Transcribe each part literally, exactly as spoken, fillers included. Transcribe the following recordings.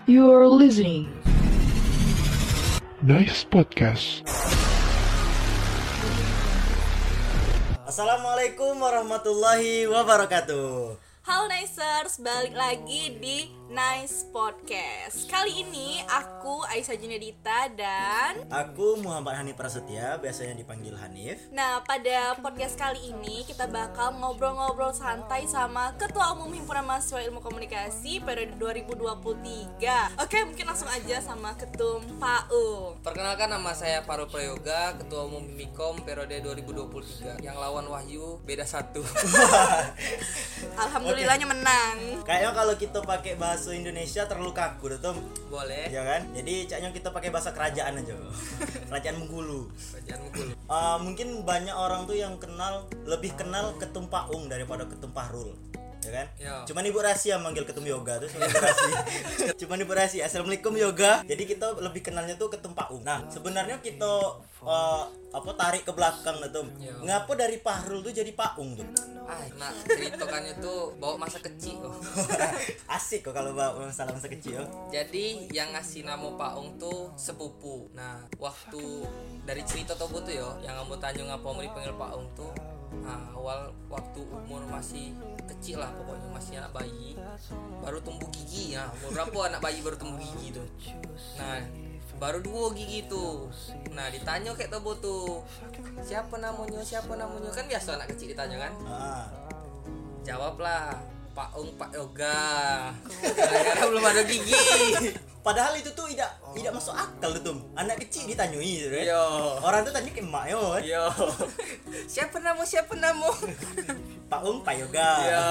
You're listening Nice Podcast. Assalamualaikum warahmatullahi wabarakatuh. Halo Nicers, balik lagi di Nice Podcast. Kali ini aku Aisyah Junedita dan Aku Muhammad Hanif Prasetya, biasanya dipanggil Hanif. Nah, pada podcast kali ini kita bakal ngobrol-ngobrol santai sama Ketua Umum Himpunan Mahasiswa Ilmu Komunikasi periode dua ribu dua puluh tiga. Oke, mungkin langsung aja sama Ketum Paung. Perkenalkan, nama saya Farul Prayoga, Ketua Umum Himikom periode dua ribu dua puluh tiga. Yang lawan Wahyu beda satu. Alhamdulillahnya menang. Kayaknya kalau kita pakai bahasa Indonesia terlalu kaku, Tom. Boleh. Ya kan? Jadi caknya kita pakai bahasa kerajaan aja. Kerajaan Bengkulu. Kerajaan Bengkulu. Uh, mungkin banyak orang tuh yang kenal, lebih kenal Ketum Paung daripada Ketum Fahrul. Ya kan? Ya. Cuman Ibu Rahasia manggil Ketum Yoga tuh cuma Ibu Rahasia. Cuman Ibu Rahasia. Assalamualaikum Yoga. Jadi kita lebih kenalnya tuh Ketum Paung. Nah, sebenarnya kita uh, apa tarik ke belakang tuh. Ya. Ngapa dari Fahrul tuh jadi Paung tuh? Ah, nah ceritakannya tuh bawa masa kecil kok. Asik kok kalau bawa masalah masa kecil. Jadi yang ngasih nama Paung tuh sepupu. Nah, waktu dari cerita Tobo tuh yo, yang kamu tanya ngapa mau dipanggil Paung tuh, nah, awal waktu umur masih kecil lah, pokoknya masih anak bayi, baru tumbuh gigi ya. Umur berapa anak bayi baru tumbuh gigi tuh? Nah, baru dua gigi tuh. Nah, ditanya kayak Tobo tuh, siapa namanya, siapa namanya, kan biasa anak kecil ditanya kan. Ah. Jawablah, Paung Pak Yoga. Karena belum ada gigi. Padahal itu tuh tidak tidak masuk akal tuh. Anak kecil ditanyoi gitu kan. Yo. Orang tuh tanya ke emak yo. Kan? Yo. Siapa nama, siapa nama? Paung Pak Yoga. Yo.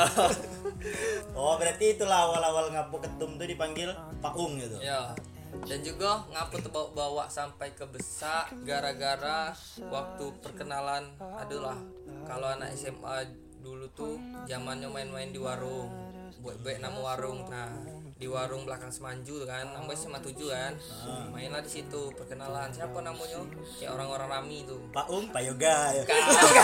Oh, berarti itulah awal-awal ngapo Ketum tuh dipanggil Paung gitu. Yo. Dan juga ngapu tuh bawa-bawa sampai ke Besak gara-gara waktu perkenalan adalah kalau anak S M A dulu tuh zamannya main-main di warung, buat-buat nama warung. Nah, di warung belakang Semanju tuh kan, namanya S M A tujuh kan. Mainlah di situ perkenalan, siapa namanya? Kayak orang-orang rami tuh. Paung Pak Yoga. Ya.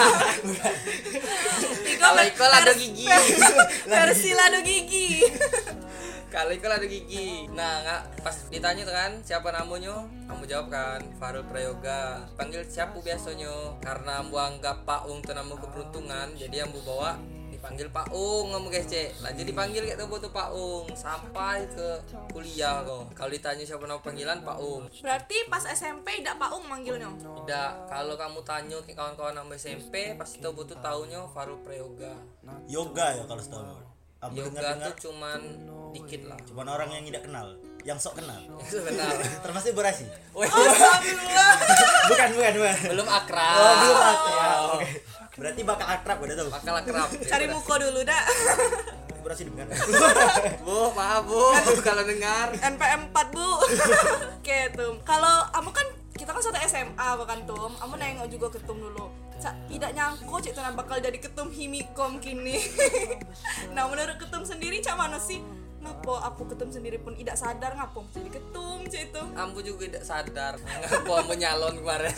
Kalau ikut ada gigi. Versi lado gigi. Kalau ikut ada gigi. Nah, nggak pas ditanya tuh kan siapa namanya, kamu jawab kan Farul Prayoga. Panggil siapa biasanya? Karena ambu anggap Paung itu nama keberuntungan, jadi ambu bawa dipanggil Paung kamu guys cek. Lah jadi dipanggil kayak tuh tuh Paung sampai ke kuliah kok. Kalau ditanya siapa nama panggilan Paung. Berarti pas S M P tidak Paung manggilnya. Tidak, kalau kamu tanya ke kawan-kawan nama S M P pasti tuh butuh taunya Farul Prayoga. Yoga ya kalau setahu. Aku Yoga dengar-dengar tuh cuman dikit lah. cuman orang yang tidak kenal, yang sok kenal. Sebentar. Termasuk Ibu Rasi. Oh, Alhamdulillah. Bukan, bukan, bukan. belum akrab. Oh, belum akrab. Oke. Berarti bakal akrab udah tuh. Bakal akrab. Cari muka dulu dah. Ibu Rasi dengar. Bu, maaf Bu, kalau dengar. N P M empat Bu. Oke Tum, kalau kamu kan kita kan satu S M A bukan Tum, kamu nengok juga ke Tum dulu. Sa, tidak nyangko cik Tum bakal jadi ketum Himikom kini. Nah menurut ketum sendiri cak mana sih? Ngapo aku ketum sendiri pun tidak sadar ngapo jadi ketum cik Tum. Ambu juga tidak sadar ngapa ambu nyalon kemarin.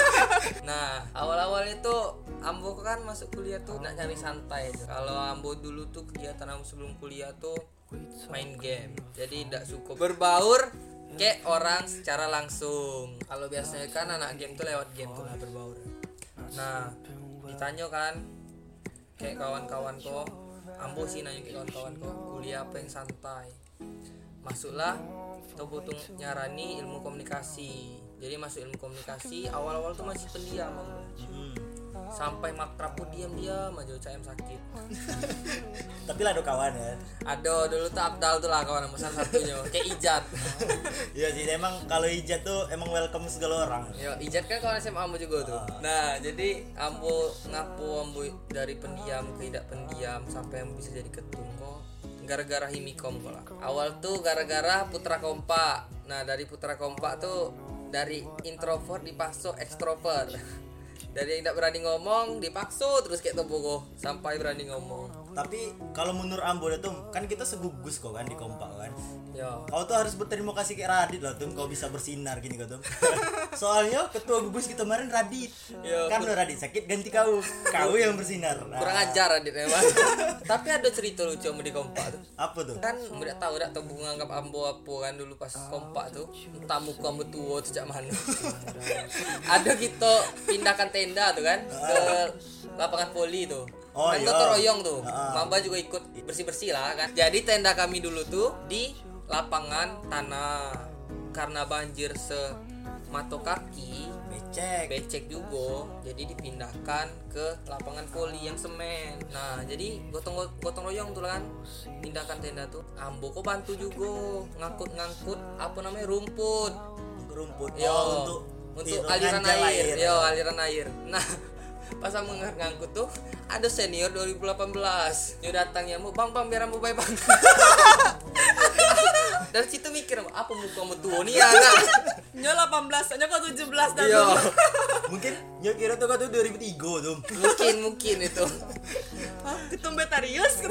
Nah, awal-awal itu ambu kan masuk kuliah tuh nak cari santai aja. Kalau ambu dulu tuh kegiatan ambu sebelum kuliah tuh main game. Jadi tidak suka berbaur kayak orang secara langsung. Kalau biasanya kan anak game tuh lewat game tuh lah berbaur. Nah, ditanya kan kayak kawan-kawan kok, ambo sih nanya kayak kawan-kawan kok, kuliah apa yang santai. Masuklah tuh butuh nyarani ilmu komunikasi. Jadi masuk ilmu komunikasi awal-awal tuh masih pendiam ambo. Hmm. Sampai makrab pun diam-diam aja cak em sakit. Tapi lah ada kawan ya. Aduh, dulu tuh Abdal tuh lah kawan salah satunya, kayak Ijat. Iya sih, emang kalau Ijat tuh emang welcome segala orang. Yo, Ijat kan kawan S M A ambo juga tuh. Nah, jadi ambo ngapu ambo dari pendiam ke tidak pendiam sampai ambo bisa jadi ketum kok. Gara-gara Himikom kok lah. Awal tuh gara-gara Putra Kompak. Nah, dari Putra Kompak tuh dari introvert dipaksa ekstrovert. Dari yang tidak berani ngomong dipaksa terus kayak tobogo sampai berani ngomong. Tapi kalau menurut Ambo tuh kan kita segugus kok kan di kompak kan. Yo. Kau tuh harus berterima kasih ke Radit lah tuh, kau bisa bersinar gini kau tuh. Soalnya ketua gugus kita kemarin Radit. Yo, Kan lo Radit sakit ganti kau. Kau yang bersinar. Nah, Kurang ajar Adit memang. Tapi ada cerita lucu sama di kompak tuh. apa tuh? Kan udah tahu dah tuh menganggap Ambo apa kan dulu pas kompak tuh. Entah muka Ambo tua tuh cak mana. Ada kita pindahkan tenda tuh kan ke lapangan voli tuh. Oh, Kan iya. gotong royong tuh. Ah. Mamba juga ikut bersih-bersih lah kan. Jadi tenda kami dulu tuh di lapangan tanah. Karena banjir semato kaki, Becek. becek juga, jadi dipindahkan ke lapangan voli yang semen. Nah jadi gotong gotong royong tuh kan pindahkan tenda tuh. Ambo kok bantu juga ngangkut-ngangkut apa namanya rumput. Rumput. Yo, Oh, untuk untuk itu, aliran nganjal air. Yo, aliran air. Nah, pas aku ngangkut tuh ada senior dua ribu delapan belas. Dia datang ya, "Mau Bang, Bang, biar ambo baik, Bang." Dari situ mikir, apa muka kamu tua nih anak? Nyo delapan belas, nyo kok tujuh belas dah. Iya. tuh. Mungkin yo kira tuh kau tuh dua ribu tiga tuh. Mungkin mungkin itu. Hah, ketum Betarius.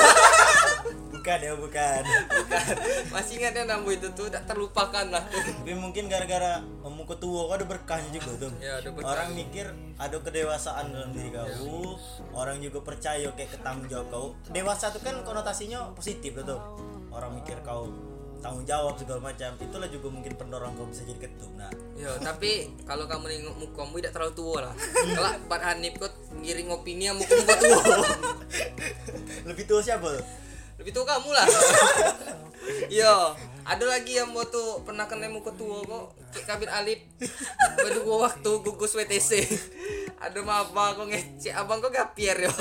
Bukan ya, bukan. Masih ingat ya namanya itu tuh, tak terlupakan lah. Tapi mungkin gara-gara kamu ketua kau ada berkahnya juga tuh. Ya, ada berkah. Orang mikir ada kedewasaan dalam diri kau. Orang juga percaya kayak ketanggung jawab kau. Dewasa tuh kan konotasinya positif tuh. Orang mikir kau tanggung jawab segala macam. Itulah juga mungkin pendorong kau bisa jadi ketum. Nah, Yo, tapi kalau kamu nengok mukamu tidak terlalu tua lah. Kalau Pak Hanif kok ngiring opini yang muka muka tua. lebih tua siapa tuh? Lebih tua kamu lah. Yo, ada lagi yang mau tuh pernah kena muka tua kok. Kayak Kabin Alip. Berdua waktu gugus W T C. Ada maba kok ngecek abang kok gapier yo.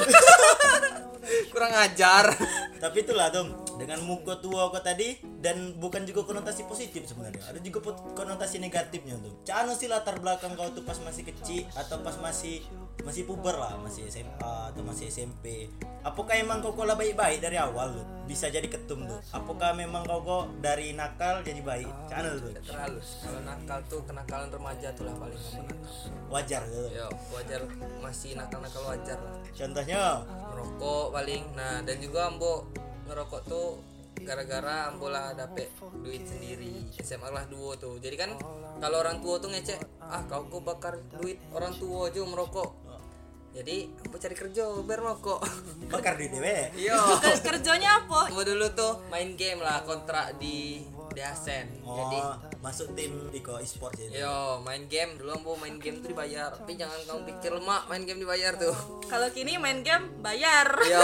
Kurang ajar. Tapi itulah tuh, dengan muka tua kau tadi, dan bukan juga konotasi positif sebenarnya, ada juga pot- konotasi negatifnya tuh. Cano sih latar belakang kau tuh pas masih kecil atau pas masih masih puber lah, masih S M A atau masih S M P. Apakah emang kau kola baik-baik dari awal tuh bisa jadi ketum tuh? Apakah memang kau kok dari nakal jadi baik? Cano tuh Tidak terlalu. Kalau nakal tuh kenakalan remaja tuh lah paling kamu nakal. wajar tuh. Yo, wajar masih nakal-nakal wajar lah. Contohnya Merokok paling. Nah, dan juga ambo ngerokok tuh gara-gara ambo lah dapet duit sendiri. S M A kelas dua tuh. Jadi kan kalau orang tua tuh ngecek, "Ah, kau kok bakar duit orang tua aja merokok." Jadi ambo cari kerja biar merokok. bakar di dewe. Yo. Ker- Kerjanya apa? Ambo dulu tuh main game lah, kontrak di Deasen. Jadi Oh, masuk tim Iko e-sport jadi. yo main game dulu ambo main game tuh dibayar. Tapi jangan kamu pikir lemak main game dibayar tuh. Kalau kini main game bayar. Yo.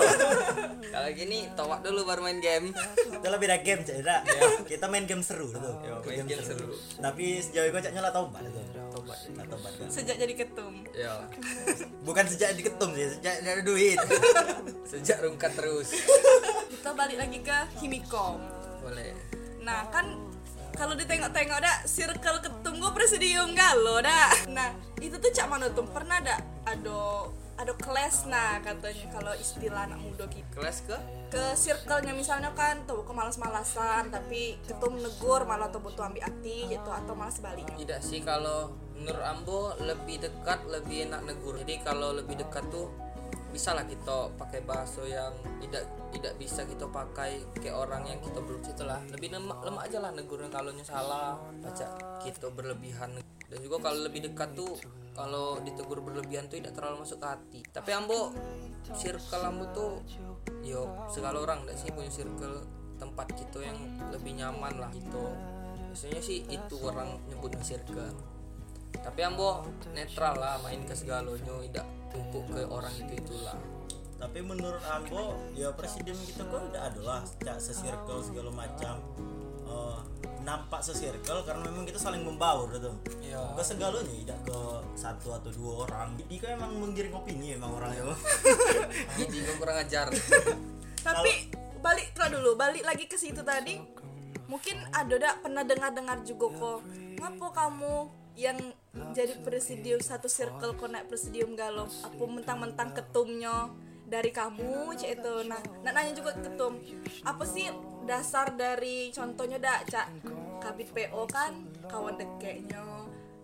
Kalau gini towak dulu baru main game. Itu lah beda game cak Ira. Kita main game seru tuh. Yo, main game seru. Tapi sejauh ini kok caknya lah tobat tuh. Tobat. Lah tobat kan. Sejak jadi ketum. Yo. Bukan sejak diketum sih, sejak ada duit. Sejak rungkat terus. Kita balik lagi ke Himikom. Boleh. Nah kan kalau ditengok-tengok dah circle ketum gue presidium galo dah. Nah itu tuh cak mana tuh pernah dah ada ada kelas nah katanya kalau istilah anak muda gitu Kelas ke? ke circle-nya misalnya kan tuh ke malas-malasan tapi ketum negur malah tuh butuh ambil hati gitu atau malah sebaliknya. Tidak sih, kalau menurut Ambo lebih dekat lebih enak negur. Jadi kalau lebih dekat tuh bisa lah kita pakai bahasa yang tidak tidak bisa kita pakai kayak orang yang kita belum itulah lebih lemak lemak aja lah negurnya. Kalau salah baca kita berlebihan. Dan juga kalau lebih dekat tuh kalau ditegur berlebihan tuh tidak terlalu masuk ke hati. Tapi Ambo circle Ambo tuh yo segala orang enggak sih punya circle tempat kita yang lebih nyaman lah gitu. Biasanya sih itu orang nyebutnya circle. Tapi Ambo netral lah, main ke segalanya, tidak tumpuk ke orang itu itulah. Tapi menurut Ambo ya presiden kita kok udah ada lah cak se-circle segala macam. Eh, nampak se-circle karena memang kita saling membaur gitu. Iya. Ke segalanya tidak ke satu atau dua orang. Jadi kan emang menggiring opini emang orangnya. Jadi gue kurang ajar. Tapi balik lah dulu, balik lagi ke situ tadi. Mungkin ada dak pernah dengar-dengar juga kok. Ngapa kamu yang jadi presidium satu circle kok naik presidium galau? Apa mentang-mentang ketumnya dari kamu cek itu. Nah, nak nanya juga ke ketum. Apa sih dasar dari contohnya dak cak Kabit P O kan kawan deketnya.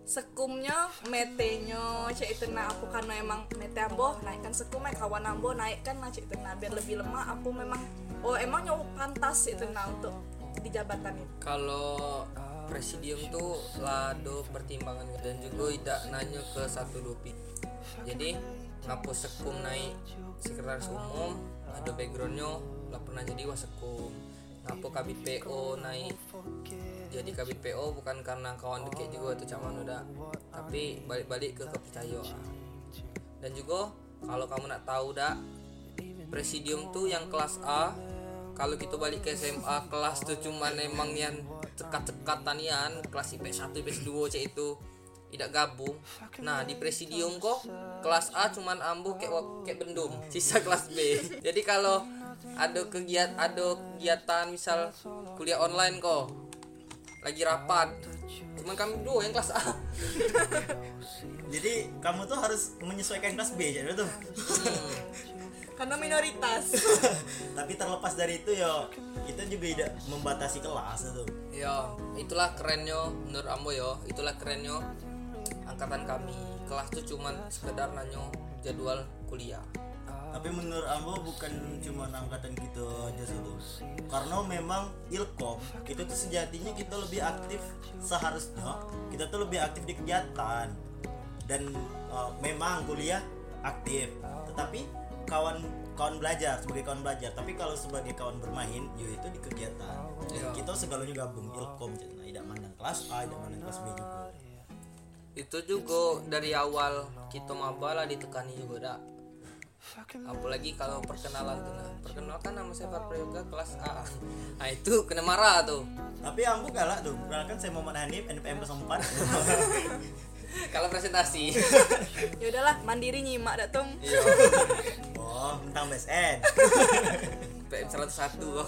sekumnya metenyo cek itu nah aku karena emang mete ambo naikkan sekum eh kawan ambo naikkan lah cek itu nah biar lebih lemah aku memang oh emang nyawa pantas itu nah untuk di jabatan itu. Kalau presidium tuh lado pertimbangan dan juga tidak nanya ke satu dua pi. Jadi ngapus sekum naik sekretaris umum ada backgroundnya lah pernah jadi wasekum. Ngapo K B P O naik jadi K B P O bukan karena kawan deket juga tuh caman udah, tapi balik-balik ke kepercayaan. Dan juga kalau kamu nak tahu dah presidium tuh yang kelas A, kalau kita balik ke S M A kelas tuh cuman emang yang cekat-cekat tanian kelas I P S satu I P S dua cek itu tidak gabung. Nah di presidium kok kelas A cuman ambu kayak kayak bendum, sisa kelas B. Jadi kalau ada kegiatan ada kegiatan misal kuliah online kok lagi rapat cuman kami dua yang kelas A. Jadi kamu tuh harus menyesuaikan kelas B jadi tuh. hmm. Karena minoritas. Tapi terlepas dari itu ya kita juga tidak membatasi kelas itu. Ya itulah kerennya menurut Ambo ya, itulah kerennya angkatan kami. Kelas tuh cuman sekedar nanyo jadwal kuliah. Tapi menurut Ambo bukan cuma angkatan kita aja sih tuh. Karena memang Ilkom itu tuh sejatinya kita lebih aktif, seharusnya kita tuh lebih aktif di kegiatan. Dan uh, memang kuliah aktif, tetapi kawan kawan belajar sebagai kawan belajar. Tapi kalau sebagai kawan bermain, yo itu di kegiatan. Jadi Ya. kita segalanya gabung Ilkom, nah, tidak mandang kelas A, tidak mandang kelas B juga. Itu juga dari awal kita maba lah ditekani juga dak. Apalagi kalau perkenalan tuh, nah, perkenalkan nama saya Pak Prayoga kelas A. Nah itu kena marah tuh. Tapi Ambo galak tuh, perkenalkan saya Muhammad Hanif, N P M nol empat. Kalau presentasi. Ya udahlah mandiri nyimak dak tum. Iya. Oh, tentang B S N. P M seratus satu.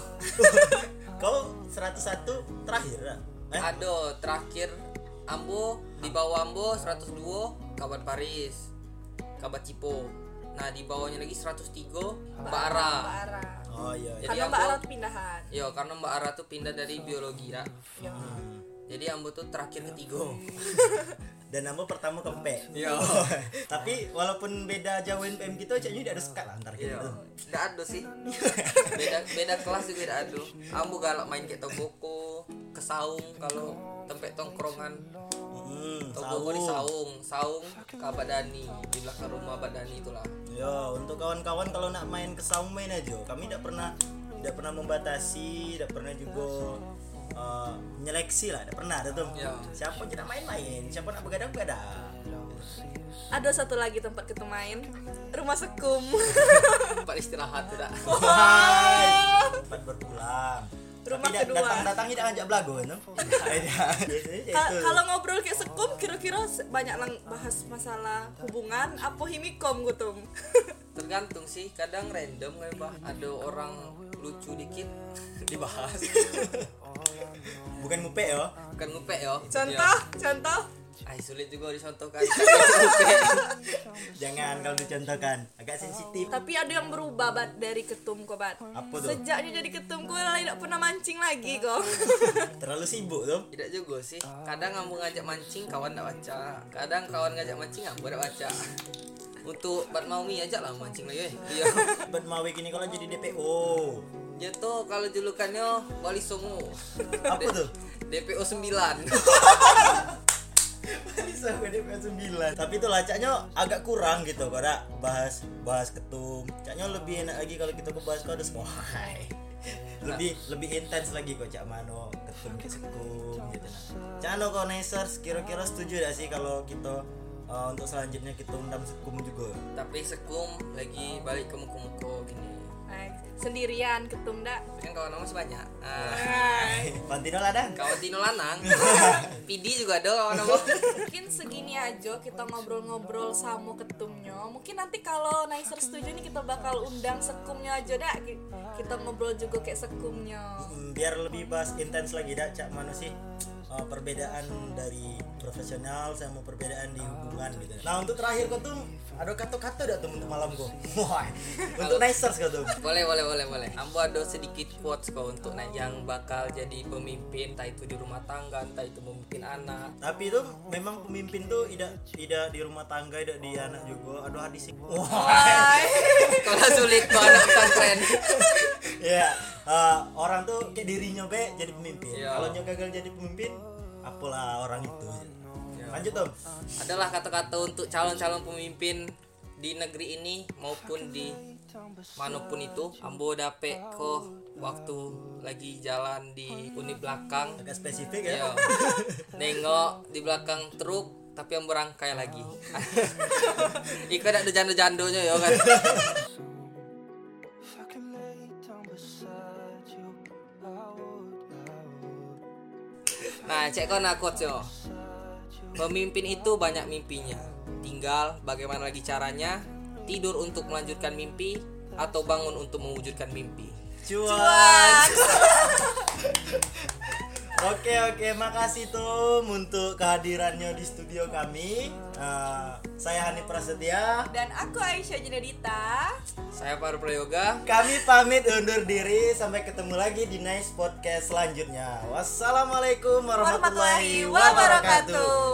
Kau seratus satu terakhir lah. Eh? Ada terakhir Ambo di bawah Ambo seratus dua Kabat Paris, Kabat Cipo. Nah di bawahnya lagi seratus tiga Mbak Ara. Mbak Ara. Oh iya. Jadi Karena Ambo- Mbak Ara tuh pindahan. Yo karena Mbak Ara tuh pindah dari biologi ya. Ya. Jadi Ambo tuh terakhir ketiga. Dan Ambo pertama ke P. Iya. Tapi walaupun beda jauh N P M kita, caknya tidak ada sekat lah antar kita. Iya. Nggak ada sih. Beda beda kelas juga tidak ada. Ambo galak main kayak togoko, ke saung kalau tempat tongkrongan. Hmm, Togoko di saung. saung, saung ke Abad Dani, di belakang rumah Abad Dani itulah. Ya, untuk kawan-kawan kalau nak main ke saung main aja. Kami tidak pernah tidak pernah membatasi, tidak pernah juga uh, menyeleksi lah, tidak pernah ada tuh. Ya. Siapa kita main-main, siapa nak begadang-begadang. Ada satu lagi tempat kita main, rumah sekum. Tempat istirahat tidak. Wah, tempat berpulang. Rumah Tapi da- kedua. datang-datang tidak ngajak belago kan? Biasanya Ka- itu. Kalau ngobrol kayak sekum, kira-kira se- banyak lang bahas masalah hubungan apa himikom gitu. Tergantung sih, kadang random kayak bah. Ada orang lucu dikit dibahas. Bukan ngupe ya. Bukan ngupek yo. Contoh, contoh. Ay sulit juga dicontohkan. Jangan kalau dicontohkan, agak sensitif. Tapi ada yang berubah bat dari ketum kok bat. Apa tuh? Sejaknya jadi ketum kok tidak pernah mancing lagi kok. Terlalu sibuk tuh. Tidak juga sih. Kadang Ambo ngajak mancing kawan enggak baca. Kadang kawan ngajak mancing Ambo enggak baca. Untuk Bat Maumi aja lah mancing lagi. Iya. Buat mau ini kalau jadi D P O. Dia tuh kalau julukannya Wali Songo. Apa tuh? D P O sembilan. Bisa D P O sembilan. Tapi itu lacaknya agak kurang gitu kalau ada bahas bahas ketum. Caknya lebih enak lagi kalau kita bahas kode semua. lebih lebih intens lagi kok Cak Mano ketum ke sekum gitu nah. Cak Mano Konesers kira-kira setuju gak sih kalau kita uh, untuk selanjutnya kita undang sekum juga? Tapi sekum lagi balik ke muko-muko gini. Nah, sendirian ketum dak. Kan kawan masih banyak. Ah, Hai. Pantino lah dah. kawan Tino Lanang. P D juga ada kawan Ambo. Mungkin segini aja kita ngobrol-ngobrol sama ketumnya. Mungkin nanti kalau Naiser setuju nih kita bakal undang sekumnya aja dak. Kita ngobrol juga kayak sekumnya. Hmm, biar lebih bahas intens lagi dah Cak Mano sih. uh, perbedaan dari profesional sama perbedaan di hubungan gitu. Nah untuk terakhir kau tuh ada kata-kata dak tuh untuk malam kau. Wah, untuk nicers kau tuh. Boleh boleh boleh boleh. Ambo ada sedikit quotes kau untuk naik yang bakal jadi pemimpin, entah itu di rumah tangga, entah itu memimpin anak. Tapi itu memang pemimpin tuh tidak tidak di rumah tangga, tidak di anak juga. Aduh hadis. Wah. Hai. Kalau sulit kau anak pesantren. Ya, uh, orang tuh kayak dirinya be jadi pemimpin. Iya. Kalau nyoba gagal jadi pemimpin, apalah orang itu. Iya. Lanjut Tom. Adalah kata-kata untuk calon-calon pemimpin di negeri ini maupun di manapun itu. Ambo dapet kok waktu lagi jalan di uni belakang. Agak spesifik ya. Yo, nengok di belakang truk tapi yang berangkai lagi. Iko ada jando-jandonya ya kan. Nah, cek kau nak quotes yo. Pemimpin itu banyak mimpinya. Tinggal bagaimana lagi caranya tidur untuk melanjutkan mimpi atau bangun untuk mewujudkan mimpi. Cuan. Oke oke, makasih Tom untuk kehadirannya di studio kami. Uh, saya Hani Prasetya. Dan aku Aisyah Junedita. Saya Paru Prayoga. Kami pamit undur diri. Sampai ketemu lagi di Nice Podcast selanjutnya. Wassalamualaikum warahmatullahi Warahmatullahi wabarakatuh.